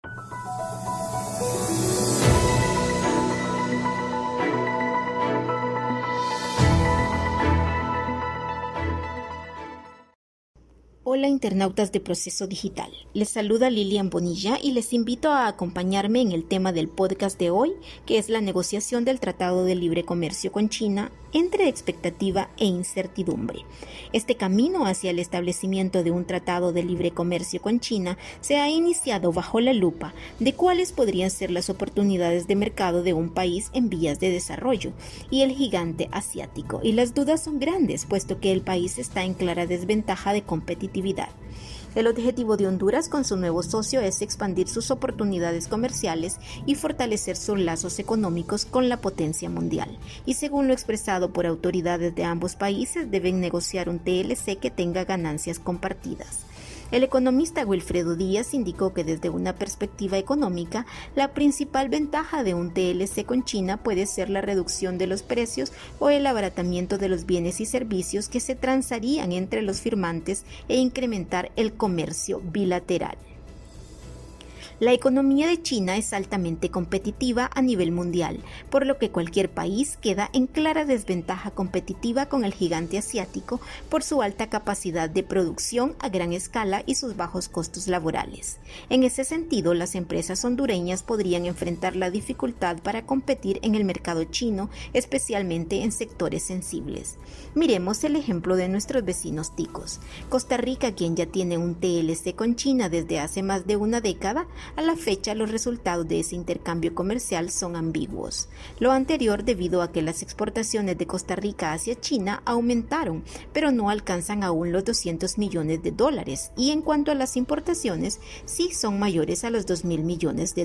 Hola internautas de Proceso Digital, les saluda Lilian Bonilla y les invito a acompañarme en el tema del podcast de hoy, que es la negociación del Tratado de Libre Comercio con China entre expectativa e incertidumbre. Este camino hacia el establecimiento de un Tratado de Libre Comercio con China se ha iniciado bajo la lupa de cuáles podrían ser las oportunidades de mercado de un país en vías de desarrollo y el gigante asiático, y las dudas son grandes puesto que el país está en clara desventaja de competitividad. El objetivo de Honduras con su nuevo socio es expandir sus oportunidades comerciales y fortalecer sus lazos económicos con la potencia mundial. Y según lo expresado por autoridades de ambos países, deben negociar un TLC que tenga ganancias compartidas. El economista Wilfredo Díaz indicó que desde una perspectiva económica, la principal ventaja de un TLC con China puede ser la reducción de los precios o el abaratamiento de los bienes y servicios que se transarían entre los firmantes e incrementar el comercio bilateral. La economía de China es altamente competitiva a nivel mundial, por lo que cualquier país queda en clara desventaja competitiva con el gigante asiático por su alta capacidad de producción a gran escala y sus bajos costos laborales. En ese sentido, las empresas hondureñas podrían enfrentar la dificultad para competir en el mercado chino, especialmente en sectores sensibles. Miremos el ejemplo de nuestros vecinos ticos. Costa Rica, quien ya tiene un TLC con China desde hace más de una década, a la fecha, los resultados de ese intercambio comercial son ambiguos. Lo anterior debido a que las exportaciones de Costa Rica hacia China aumentaron, pero no alcanzan aún los $200 millones, y en cuanto a las importaciones, sí son mayores a los $2,000 millones.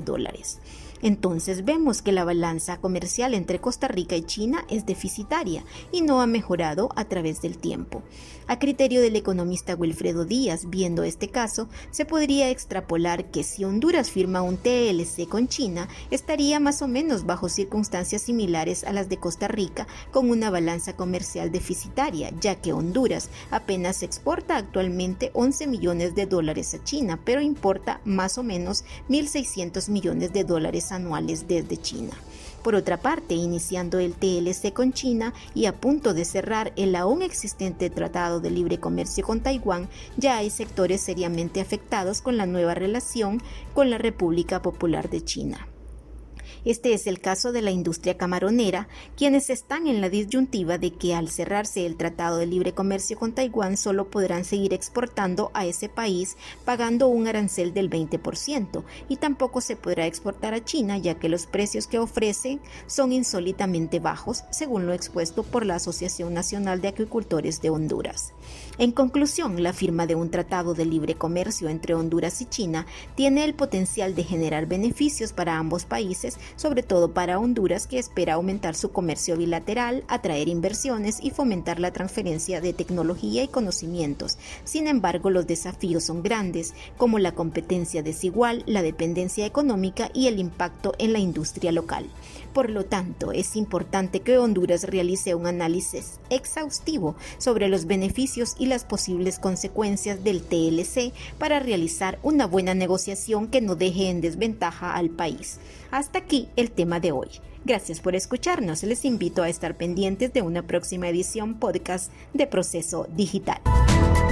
Entonces vemos que la balanza comercial entre Costa Rica y China es deficitaria y no ha mejorado a través del tiempo. A criterio del economista Wilfredo Díaz, viendo este caso, se podría extrapolar que si Honduras firma un TLC con China, estaría más o menos bajo circunstancias similares a las de Costa Rica, con una balanza comercial deficitaria, ya que Honduras apenas exporta actualmente $11 millones a China, pero importa más o menos $1,600 millones anuales desde China. Por otra parte, iniciando el TLC con China y a punto de cerrar el aún existente Tratado de Libre Comercio con Taiwán, ya hay sectores seriamente afectados con la nueva relación con la República Popular de China. Este es el caso de la industria camaronera, quienes están en la disyuntiva de que al cerrarse el Tratado de Libre Comercio con Taiwán solo podrán seguir exportando a ese país pagando un arancel del 20% y tampoco se podrá exportar a China ya que los precios que ofrecen son insólitamente bajos, según lo expuesto por la Asociación Nacional de Acuicultores de Honduras. En conclusión, la firma de un tratado de libre comercio entre Honduras y China tiene el potencial de generar beneficios para ambos países, sobre todo para Honduras, que espera aumentar su comercio bilateral, atraer inversiones y fomentar la transferencia de tecnología y conocimientos. Sin embargo, los desafíos son grandes, como la competencia desigual, la dependencia económica y el impacto en la industria local. Por lo tanto, es importante que Honduras realice un análisis exhaustivo sobre los beneficios y las posibles consecuencias del TLC para realizar una buena negociación que no deje en desventaja al país. Hasta aquí el tema de hoy. Gracias por escucharnos. Les invito a estar pendientes de una próxima edición podcast de Proceso Digital.